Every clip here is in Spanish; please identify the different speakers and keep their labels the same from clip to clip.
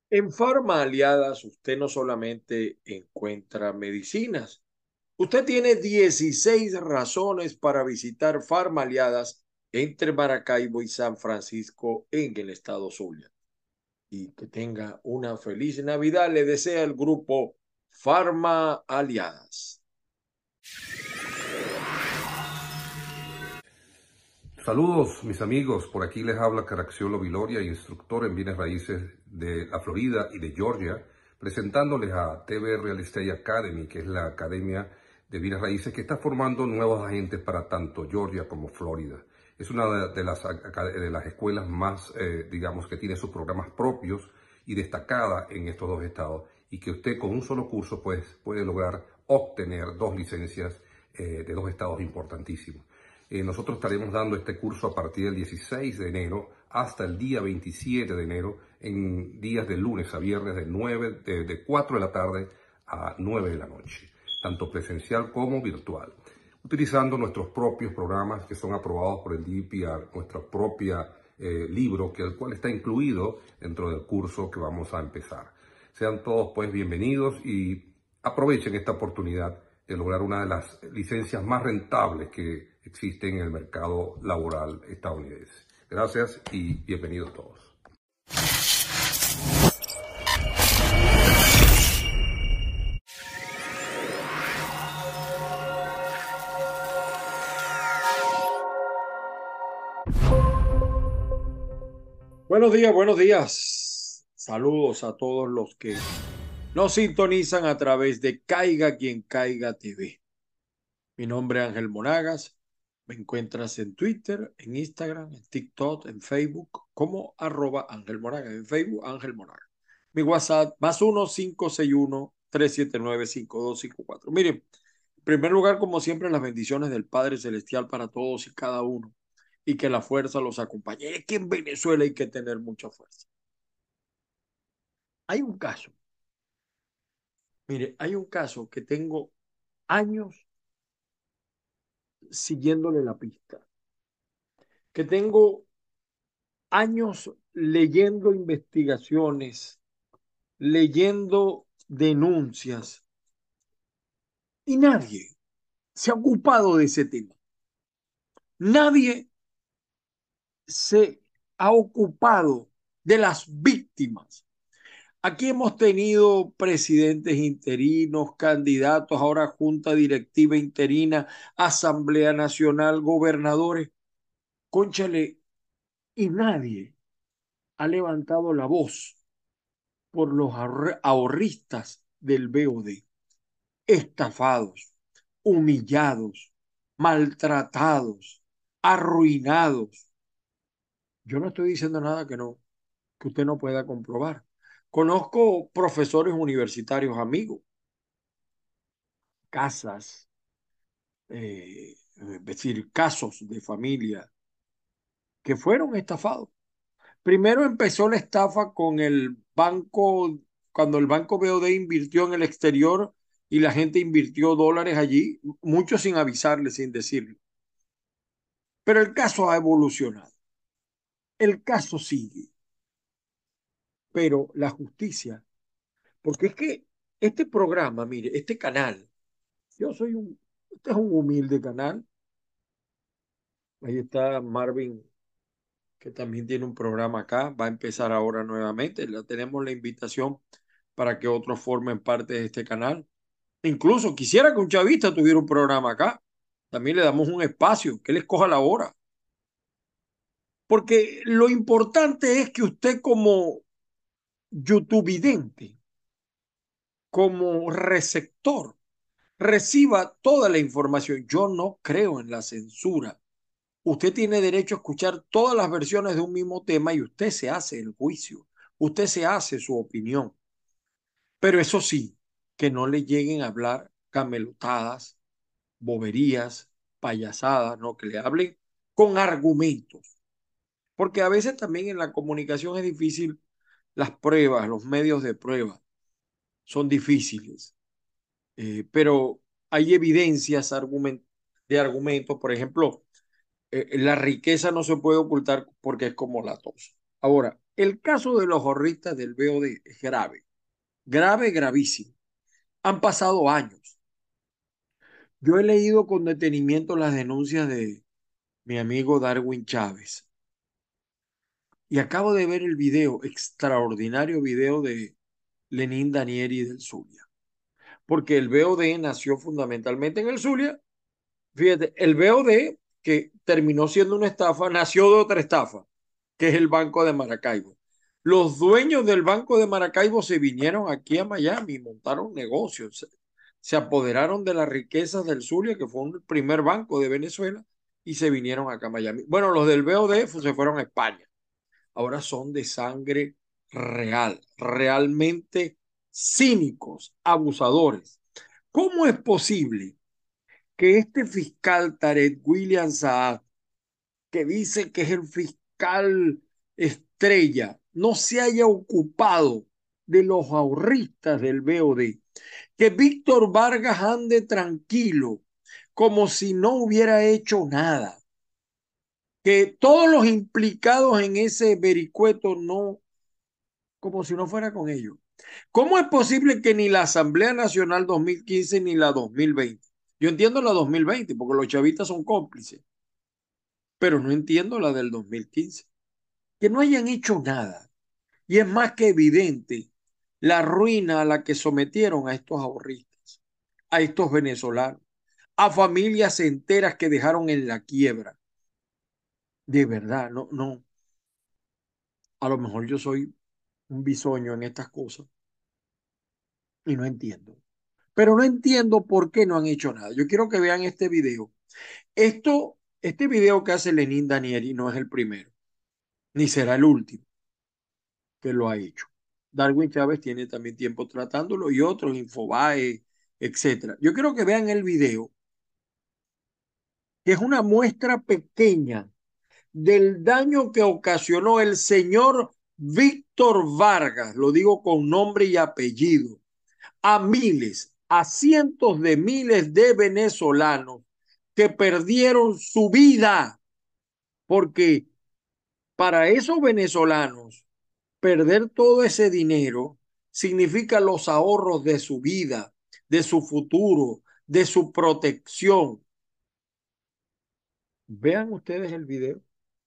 Speaker 1: En Farma Aliadas usted no solamente encuentra medicinas, usted tiene 16 razones para visitar Farma Aliadas entre Maracaibo y San Francisco en el estado Zulia. Y que tenga una feliz Navidad, le desea el grupo Farma Aliadas.
Speaker 2: Saludos mis amigos, por aquí les habla Caracciolo Viloria, instructor en bienes raíces de la Florida y de Georgia, presentándoles a TV Real Estate Academy, que es la academia de bienes raíces que está formando nuevos agentes para tanto Georgia como Florida. Es una de las escuelas más, digamos, que tiene sus programas propios y destacada en estos dos estados, y que usted con un solo curso pues, puede lograr obtener dos licencias de dos estados importantísimos. Nosotros estaremos dando este curso a partir del 16 de enero hasta el día 27 de enero, en días de lunes a viernes de 4 de la tarde a 9 de la noche, tanto presencial como virtual, utilizando nuestros propios programas que son aprobados por el DPR, nuestro propio libro, el cual está incluido dentro del curso que vamos a empezar. Sean todos pues bienvenidos y aprovechen esta oportunidad de lograr una de las licencias más rentables que existen en el mercado laboral estadounidense. Gracias y bienvenidos todos.
Speaker 1: Buenos días, buenos días. Saludos a todos los que nos sintonizan a través de Caiga Quien Caiga TV. Mi nombre es Ángel Monagas. Me encuentras en Twitter, en Instagram, en TikTok, en Facebook, como @Ángel Monagas. En Facebook, Ángel Monagas. Mi WhatsApp, +1 561-379-5254. Miren, en primer lugar, como siempre, las bendiciones del Padre Celestial para todos y cada uno. Y que la fuerza los acompañe. Es que en Venezuela hay que tener mucha fuerza. Hay un caso, mire, hay un caso que tengo años siguiéndole la pista, que tengo años leyendo investigaciones, leyendo denuncias, y nadie se ha ocupado de ese tema. Nadie se ha ocupado de las víctimas. Aquí hemos tenido presidentes interinos, candidatos, ahora junta directiva interina, Asamblea Nacional, gobernadores. Cónchale, y nadie ha levantado la voz por los ahorristas del BOD, estafados, humillados, maltratados, arruinados. Yo no estoy diciendo nada que usted no pueda comprobar. Conozco profesores universitarios amigos, casas, es decir, casos de familia que fueron estafados. Primero empezó la estafa con el banco, cuando el banco BOD invirtió en el exterior y la gente invirtió dólares allí, muchos sin avisarle, sin decirle. Pero el caso ha evolucionado, el caso sigue, pero la justicia, porque es que este programa, mire, este canal, este es un humilde canal, ahí está Marvin, que también tiene un programa acá, va a empezar ahora nuevamente, le tenemos la invitación para que otros formen parte de este canal. Incluso quisiera que un chavista tuviera un programa acá. También le damos un espacio, que él escoja la hora. Porque lo importante es que usted como youtubevidente, como receptor, reciba toda la información. Yo no creo en la censura. Usted tiene derecho a escuchar todas las versiones de un mismo tema y usted se hace el juicio. Usted se hace su opinión. Pero eso sí, que no le lleguen a hablar camelotadas, boberías, payasadas, ¿no? Que le hablen con argumentos. Porque a veces también en la comunicación es difícil las pruebas, los medios de prueba son difíciles. Pero hay evidencias de argumentos. Por ejemplo, la riqueza no se puede ocultar porque es como la tos. Ahora, El caso de los ahorristas del BOD es grave, grave, gravísimo. Han pasado años. Yo he leído con detenimiento las denuncias de mi amigo Darwin Chávez y acabo de ver el video, extraordinario video de Lenín Danieri del Zulia, porque el BOD nació fundamentalmente en el Zulia. Fíjate, el BOD, que terminó siendo una estafa, nació de otra estafa, que es el Banco de Maracaibo. Los dueños del Banco de Maracaibo se vinieron aquí a Miami, montaron negocios, se apoderaron de las riquezas del Zulia, que fue el primer banco de Venezuela, y se vinieron acá a Miami. Bueno, los del BOD se fueron a España. Ahora son de sangre real, realmente cínicos, abusadores. ¿Cómo es posible que este fiscal Tarek William Saad, que dice que es el fiscal estrella, no se haya ocupado de los ahorristas del BOD? Que Víctor Vargas ande tranquilo, como si no hubiera hecho nada. Que todos los implicados en ese vericueto no, como si no fuera con ellos. ¿Cómo es posible que ni la Asamblea Nacional 2015 ni la 2020? Yo entiendo la 2020 porque los chavistas son cómplices, pero no entiendo la del 2015. Que no hayan hecho nada. Y es más que evidente la ruina a la que sometieron a estos ahorristas, a estos venezolanos, a familias enteras que dejaron en la quiebra. De verdad, no, no. A lo mejor yo soy un bisoño en estas cosas y no entiendo. Pero no entiendo por qué no han hecho nada. Yo quiero que vean este video. Este video que hace Lenín Danieri no es el primero, ni será el último que lo ha hecho. Darwin Chávez tiene también tiempo tratándolo y otros, Infobae, etcétera. Yo quiero que vean el video, que es una muestra pequeña del daño que ocasionó el señor Víctor Vargas, lo digo con nombre y apellido, a miles, a cientos de miles de venezolanos que perdieron su vida, porque para esos venezolanos perder todo ese dinero significa los ahorros de su vida, de su futuro, de su protección. Vean ustedes el video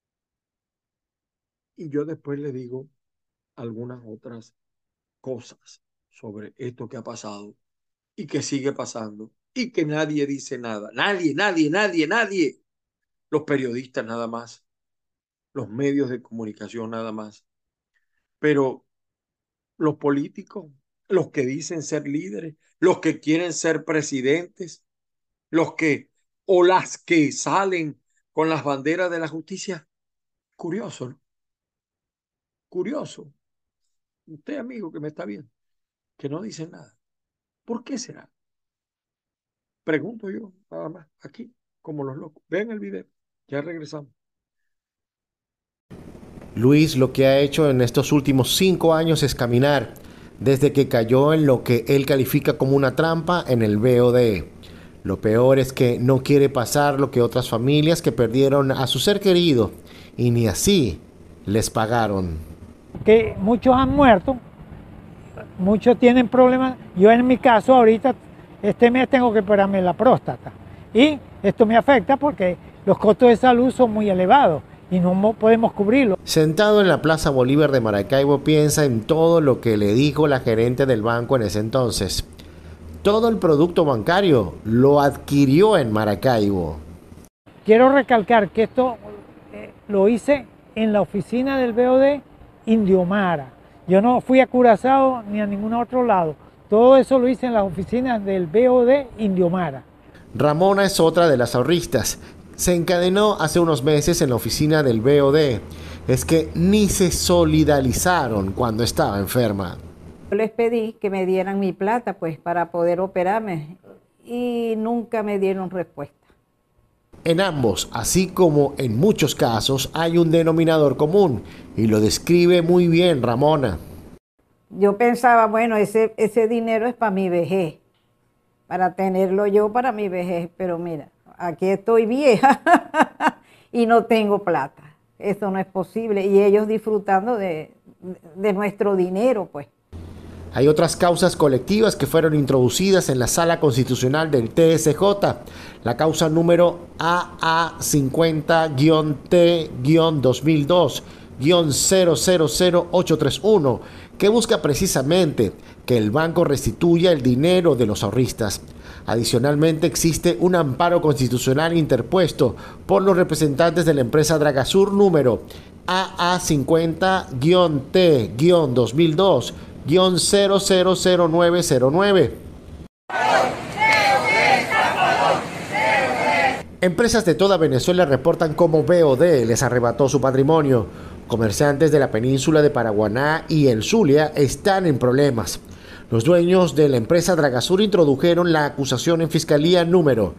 Speaker 1: y yo después les digo algunas otras cosas sobre esto que ha pasado y que sigue pasando y que nadie dice nada. Nadie, nadie, nadie, nadie. Los periodistas nada más, los medios de comunicación nada más. Pero los políticos, los que dicen ser líderes, los que quieren ser presidentes, los que o las que salen con las banderas de la justicia. Curioso, ¿no? Curioso. Usted, amigo, que me está viendo, que no dice nada. ¿Por qué será? Pregunto yo, nada más, aquí, como los locos. Vean el video, ya regresamos.
Speaker 3: Luis lo que ha hecho en estos últimos 5 años es caminar, desde que cayó en lo que él califica como una trampa en el BOD. Lo peor es que no quiere pasar lo que otras familias que perdieron a su ser querido y ni así les pagaron.
Speaker 4: Que muchos han muerto, muchos tienen problemas. Yo en mi caso ahorita, este mes tengo que operarme la próstata. Y esto me afecta porque los costos de salud son muy elevados y no podemos cubrirlo.
Speaker 3: Sentado en la Plaza Bolívar de Maracaibo piensa en todo lo que le dijo la gerente del banco en ese entonces. Todo el producto bancario lo adquirió en Maracaibo.
Speaker 4: Quiero recalcar que esto lo hice en la oficina del BOD Indiomara. Yo no fui a Curazao ni a ningún otro lado. Todo eso lo hice en las oficinas del BOD Indiomara.
Speaker 3: Ramona es otra de las ahorristas. Se encadenó hace unos meses en la oficina del BOD. Es que ni se solidarizaron cuando estaba enferma.
Speaker 5: Yo les pedí que me dieran mi plata pues para poder operarme y nunca me dieron respuesta.
Speaker 3: En ambos, así como en muchos casos, hay un denominador común y lo describe muy bien Ramona.
Speaker 5: Yo pensaba, bueno, ese dinero es para mi vejez, para tenerlo yo para mi vejez, pero mira, aquí estoy vieja y no tengo plata. Eso no es posible. Y ellos disfrutando de de nuestro dinero, pues.
Speaker 3: Hay otras causas colectivas que fueron introducidas en la Sala Constitucional del TSJ. La causa número AA50-T-2002-000831, que busca precisamente que el banco restituya el dinero de los ahorristas. Adicionalmente, existe un amparo constitucional interpuesto por los representantes de la empresa Dragasur número AA50-T-2002-000909. Empresas de toda Venezuela reportan cómo BOD les arrebató su patrimonio. Comerciantes de la península de Paraguaná y el Zulia están en problemas. Los dueños de la empresa Dragasur introdujeron la acusación en fiscalía número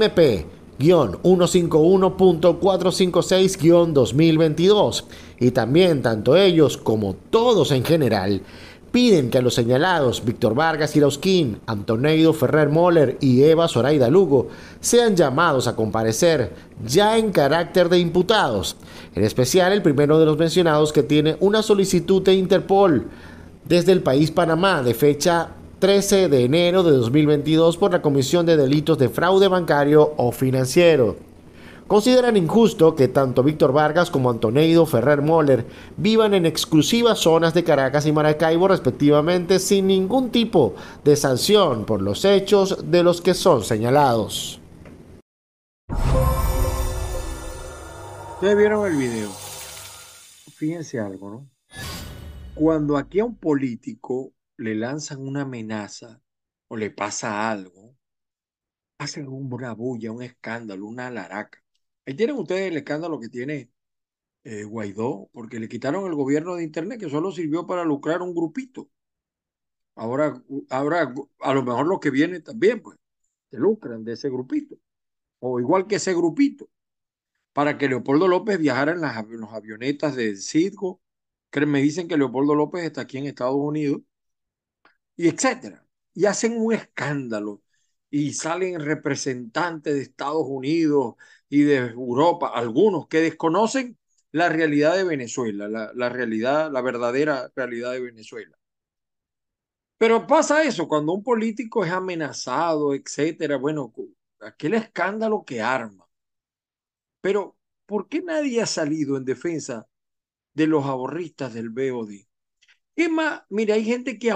Speaker 3: MP-151.456-2022 y también tanto ellos como todos en general piden que a los señalados Víctor Vargas Irausquín, Antoneido Ferrer Moller y Eva Zoraida Lugo sean llamados a comparecer ya en carácter de imputados, en especial el primero de los mencionados, que tiene una solicitud de Interpol desde el país Panamá de fecha 13 de enero de 2022 por la comisión de delitos de fraude bancario o financiero. Consideran injusto que tanto Víctor Vargas como Antoneido Ferrer Moller vivan en exclusivas zonas de Caracas y Maracaibo respectivamente sin ningún tipo de sanción por los hechos de los que son señalados.
Speaker 1: Ustedes vieron el video. Fíjense algo, ¿no? Cuando aquí a un político le lanzan una amenaza o le pasa algo, hacen una bulla, un escándalo, una alaraca. Ahí tienen ustedes el escándalo que tiene Guaidó, porque le quitaron el gobierno de Internet, que solo sirvió para lucrar un grupito. Ahora a lo mejor los que vienen también, pues, se lucran de ese grupito. O igual que ese grupito, para que Leopoldo López viajara en las avionetas de Citgo, que me dicen que Leopoldo López está aquí en Estados Unidos, y etcétera. Y hacen un escándalo y salen representantes de Estados Unidos y de Europa, algunos que desconocen la realidad de Venezuela, la realidad, la verdadera realidad de Venezuela. Pero pasa eso, cuando un político es amenazado, etcétera, bueno, aquel escándalo que arma. Pero, ¿por qué nadie ha salido en defensa de los ahorristas del BOD? Es más, mira, hay gente que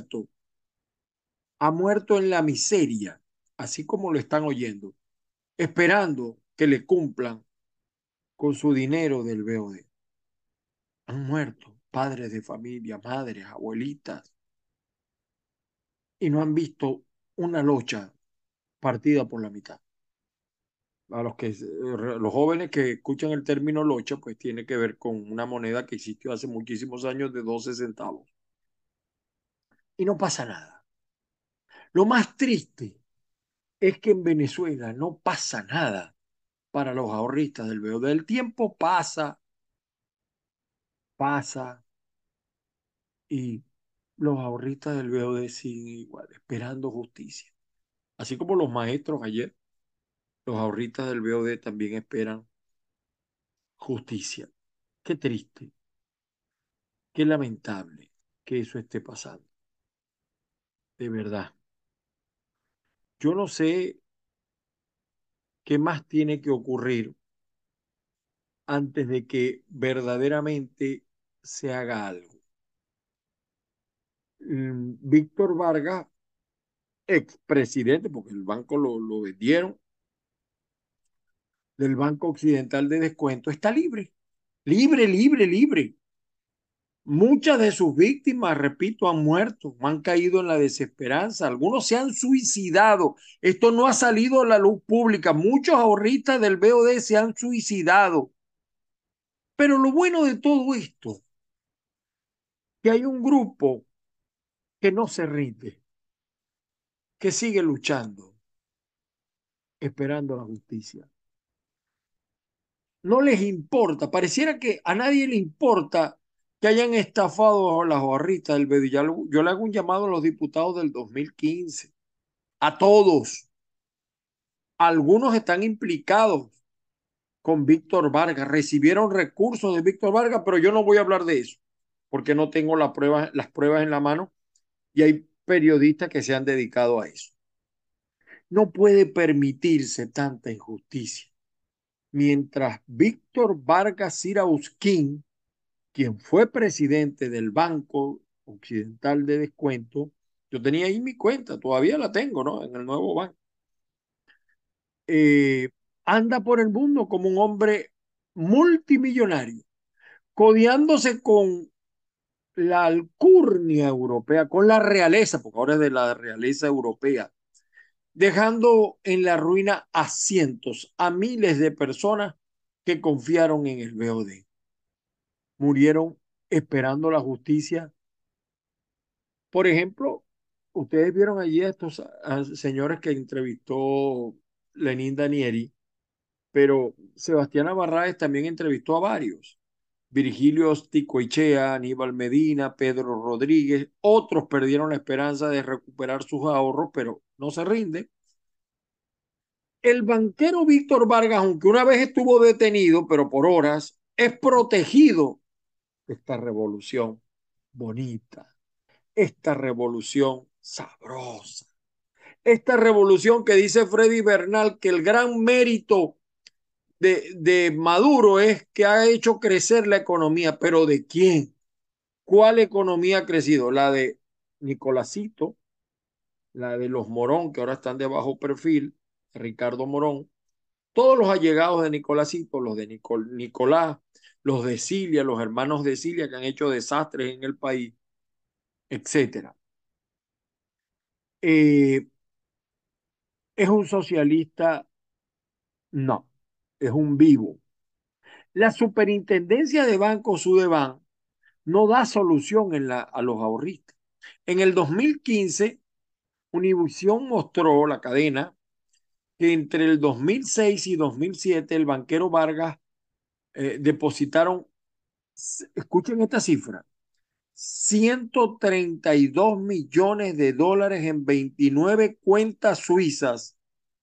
Speaker 1: ha muerto en la miseria, así como lo están oyendo, esperando que le cumplan con su dinero del BOD. Han muerto padres de familia, madres, abuelitas, y no han visto una locha partida por la mitad. A los jóvenes que escuchan el término locha, pues tiene que ver con una moneda que existió hace muchísimos años de 12 centavos. Y no pasa nada. Lo más triste es que en Venezuela no pasa nada para los ahorristas del BOD. El tiempo pasa, y los ahorristas del BOD siguen igual, esperando justicia. Así como los maestros ayer, los ahorristas del BOD también esperan justicia. Qué triste, qué lamentable que eso esté pasando. De verdad. Yo no sé qué más tiene que ocurrir antes de que verdaderamente se haga algo. Víctor Vargas, expresidente, porque el banco lo vendieron, del Banco Occidental de Descuento, está libre, libre, libre, libre. Muchas de sus víctimas, repito, han muerto, han caído en la desesperanza, algunos se han suicidado. Esto no ha salido a la luz pública. Muchos ahorristas del BOD se han suicidado. Pero lo bueno de todo esto, que hay un grupo que no se rinde, que sigue luchando, esperando la justicia. No les importa, pareciera que a nadie le importa que hayan estafado a las ahorristas del BOD. Yo le hago un llamado a los diputados del 2015, a todos. Algunos están implicados con Víctor Vargas, recibieron recursos de Víctor Vargas, pero yo no voy a hablar de eso, porque no tengo las pruebas en la mano y hay periodistas que se han dedicado a eso. No puede permitirse tanta injusticia. Mientras Víctor Vargas Sirauskin, quien fue presidente del Banco Occidental de Descuento, yo tenía ahí mi cuenta, todavía la tengo, ¿no? En el nuevo banco. Eh, anda por el mundo como un hombre multimillonario, codeándose con la alcurnia europea, con la realeza, porque ahora es de la realeza europea, dejando en la ruina a cientos, a miles de personas que confiaron en el BOD. Murieron esperando la justicia. Por ejemplo, ustedes vieron allí a estos señores que entrevistó Lenín Danieri, pero Sebastián Barráez también entrevistó a varios. Virgilio Ticoichea, Aníbal Medina, Pedro Rodríguez, otros perdieron la esperanza de recuperar sus ahorros, pero no se rinde. El banquero Víctor Vargas, aunque una vez estuvo detenido, pero por horas, es protegido de esta revolución bonita, esta revolución sabrosa, esta revolución que dice Freddy Bernal que el gran mérito de Maduro es que ha hecho crecer la economía, pero ¿de quién? ¿Cuál economía ha crecido? La de Nicolásito, la de los Morón, que ahora están de bajo perfil, Ricardo Morón, todos los allegados de Nicolásito, los de Nicolás, los de Cilia, los hermanos de Cilia que han hecho desastres en el país, etcétera. ¿Es un socialista? No, es un vivo. La superintendencia de Banco Sudeban no da solución a los ahorristas. En el 2015, Univisión mostró la cadena que entre el 2006 y 2007 el banquero Vargas depositaron, escuchen esta cifra, 132 millones de dólares en 29 cuentas suizas,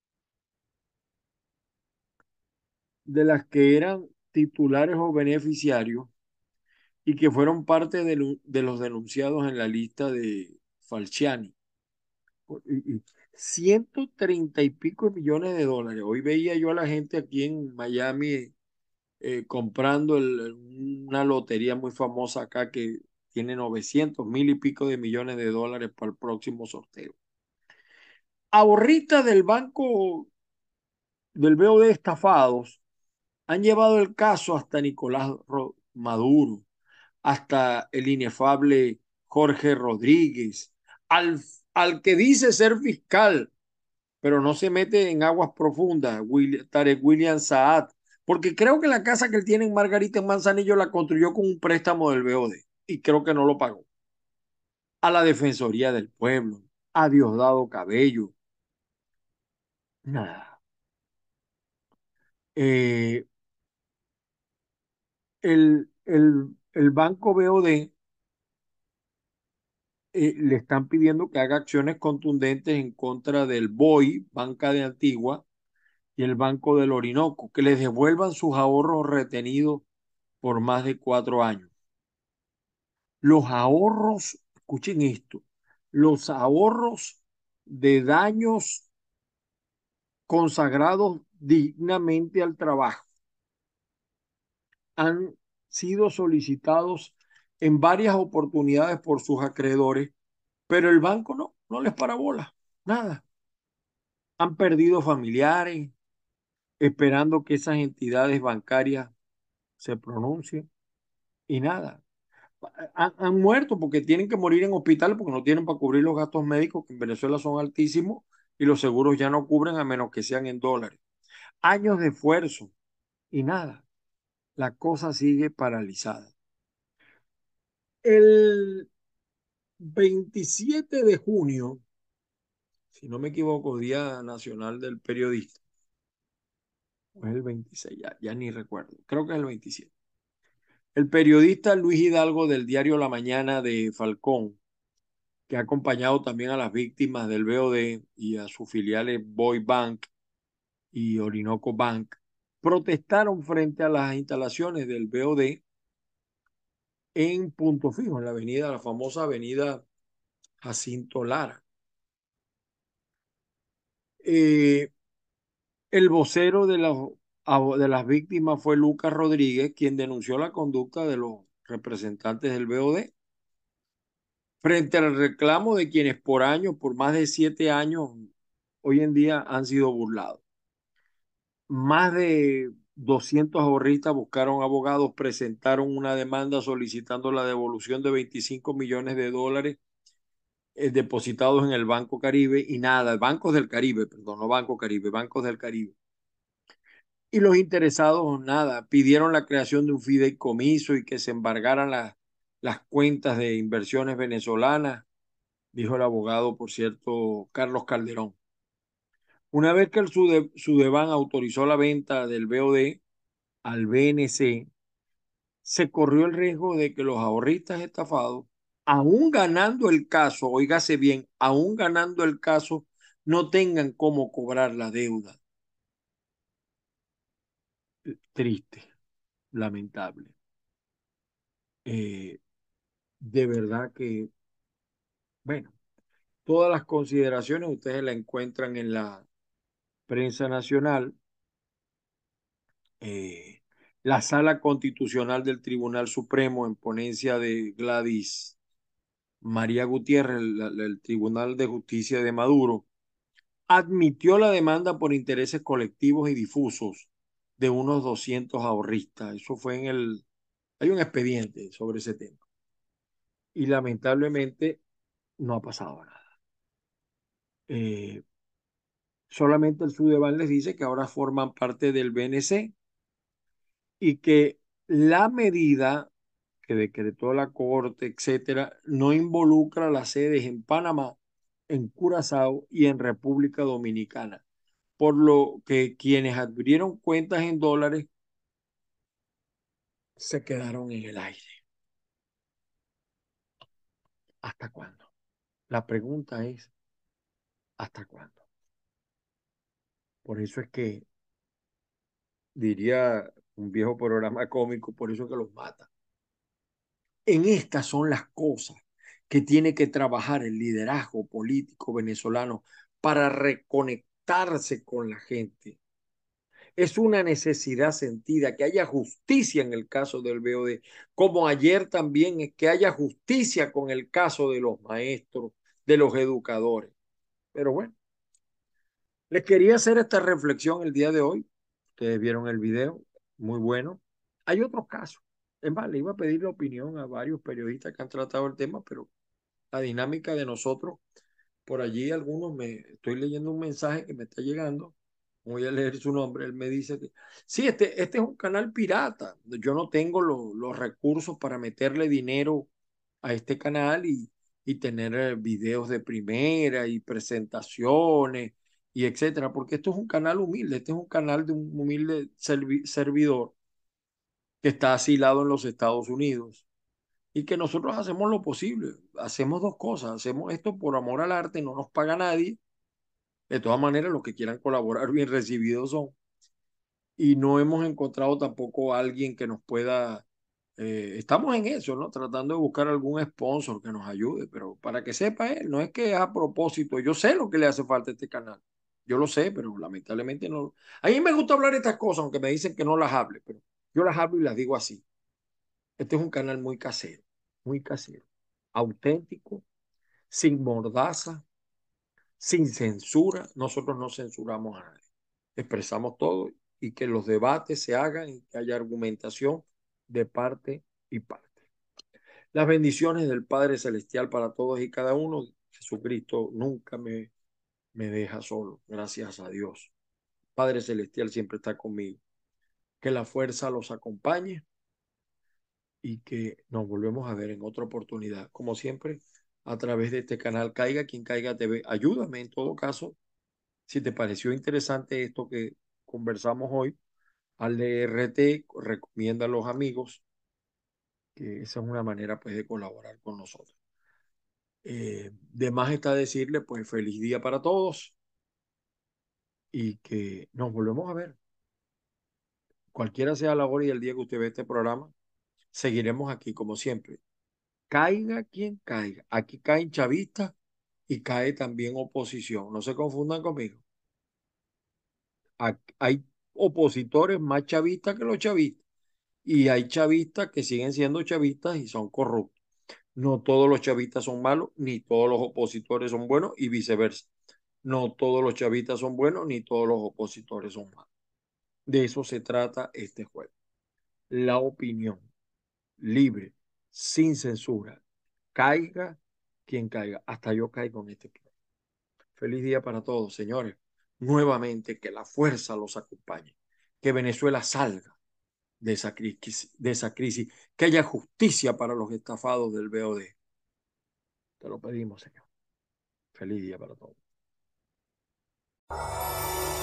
Speaker 1: de las que eran titulares o beneficiarios y que fueron parte de los denunciados en la lista de Falciani. Y 130 y pico de millones de dólares. Hoy veía yo a la gente aquí en Miami comprando una lotería muy famosa acá que tiene 900 mil y pico de millones de dólares para el próximo sorteo. Ahorritas del banco del BOD estafados han llevado el caso hasta Nicolás Maduro, hasta el inefable Jorge Rodríguez, al, al que dice ser fiscal, pero no se mete en aguas profundas, Tarek William Saad, porque creo que la casa que él tiene en Margarita en Manzanillo la construyó con un préstamo del BOD y creo que no lo pagó. A la Defensoría del Pueblo, a Diosdado Cabello, nada. Eh, el banco BOD le están pidiendo que haga acciones contundentes en contra del BOI, Banca de Antigua, y el Banco del Orinoco, que les devuelvan sus ahorros retenidos por más de 4 años. Los ahorros, escuchen esto, los ahorros de daños consagrados dignamente al trabajo han sido solicitados en varias oportunidades por sus acreedores, pero el banco no les para bola, nada. Han perdido familiares esperando que esas entidades bancarias se pronuncien y nada. Han muerto porque tienen que morir en hospital porque no tienen para cubrir los gastos médicos que en Venezuela son altísimos y los seguros ya no cubren a menos que sean en dólares. Años de esfuerzo y nada. La cosa sigue paralizada. El 27 de junio, si no me equivoco, Día Nacional del Periodista, o es el 26, ya ni recuerdo, creo que es el 27. El periodista Luis Hidalgo del diario La Mañana de Falcón, que ha acompañado también a las víctimas del BOD y a sus filiales Boy Bank y Orinoco Bank, protestaron frente a las instalaciones del BOD en Punto Fijo, en la famosa avenida Jacinto Lara. Eh, el vocero de las víctimas fue Lucas Rodríguez, quien denunció la conducta de los representantes del BOD frente al reclamo de quienes por años, por más de 7 años, hoy en día han sido burlados. Más de 200 ahorristas buscaron abogados, presentaron una demanda solicitando la devolución de 25 millones de dólares depositados en el Banco Caribe y nada, Bancos del Caribe, perdón, no Banco Caribe, Bancos del Caribe. Y los interesados, nada, pidieron la creación de un fideicomiso y que se embargaran las cuentas de inversiones venezolanas, dijo el abogado, por cierto, Carlos Calderón. Una vez que el Sudeban autorizó la venta del BOD al BNC, se corrió el riesgo de que los ahorristas estafados, aún ganando el caso, oígase bien, aún ganando el caso, no tengan cómo cobrar la deuda. Triste, lamentable. Eh, de verdad que, bueno, todas las consideraciones ustedes las encuentran en la prensa nacional. Eh, la Sala Constitucional del Tribunal Supremo, en ponencia de Gladys María Gutiérrez, el Tribunal de Justicia de Maduro, admitió la demanda por intereses colectivos y difusos de unos 200 ahorristas. Eso fue hay un expediente sobre ese tema. Y lamentablemente no ha pasado nada. Eh, Solamente el Sudeban les dice que ahora forman parte del BNC y que la medida que decretó la Corte, etcétera, no involucra las sedes en Panamá, en Curazao y en República Dominicana, por lo que quienes adquirieron cuentas en dólares se quedaron en el aire. ¿Hasta cuándo? La pregunta es, ¿hasta cuándo? Por eso es que diría un viejo programa cómico, por eso es que los mata. En estas son las cosas que tiene que trabajar el liderazgo político venezolano para reconectarse con la gente. Es una necesidad sentida que haya justicia en el caso del BOD, como ayer también es que haya justicia con el caso de los maestros, de los educadores. Pero bueno, les quería hacer esta reflexión el día de hoy. Ustedes vieron el video, muy bueno. Hay otros casos. Es más, le iba a pedir la opinión a varios periodistas que han tratado el tema, pero la dinámica de nosotros, por allí algunos estoy leyendo un mensaje que me está llegando, voy a leer su nombre, él me dice que sí, este es un canal pirata, yo no tengo los recursos para meterle dinero a este canal y tener videos de primera y presentaciones y etcétera, porque esto es un canal humilde, este es un canal de un humilde servidor que está asilado en los Estados Unidos y que nosotros hacemos lo posible. Hacemos dos cosas. Hacemos esto por amor al arte, no nos paga nadie. De todas maneras, los que quieran colaborar bien recibidos son. Y no hemos encontrado tampoco a alguien que nos pueda... estamos en eso, ¿no? Tratando de buscar algún sponsor que nos ayude, pero para que sepa él, no es que es a propósito. Yo sé lo que le hace falta a este canal. Yo lo sé, pero lamentablemente no. A mí me gusta hablar de estas cosas, aunque me dicen que no las hable, pero yo las hablo y las digo así. Este es un canal muy casero, auténtico, sin mordaza, sin censura. Nosotros no censuramos a nadie. Expresamos todo y que los debates se hagan y que haya argumentación de parte y parte. Las bendiciones del Padre Celestial para todos y cada uno. Jesucristo nunca me deja solo, gracias a Dios. Padre Celestial siempre está conmigo. Que la fuerza los acompañe y que nos volvemos a ver en otra oportunidad. Como siempre, a través de este canal Caiga quien Caiga TV. Ayúdame en todo caso, si te pareció interesante esto que conversamos hoy, al RT, recomienda a los amigos, que esa es una manera pues de colaborar con nosotros. De más está decirle pues feliz día para todos y que nos volvemos a ver. Cualquiera sea la hora y el día que usted ve este programa, Seguiremos aquí como siempre. Caiga quien caiga. Aquí caen chavistas y cae también oposición. No se confundan conmigo. Hay opositores más chavistas que los chavistas y hay chavistas que siguen siendo chavistas y son corruptos. No todos los chavistas son malos, ni todos los opositores son buenos y viceversa. No todos los chavistas son buenos, ni todos los opositores son malos. De eso se trata este juego. La opinión libre, sin censura. Caiga quien caiga. Hasta yo caigo en este programa. Feliz día para todos, señores. Nuevamente, que la fuerza los acompañe. Que Venezuela salga de esa crisis. Que haya justicia para los estafados del BOD. Te lo pedimos, Señor. Feliz día para todos.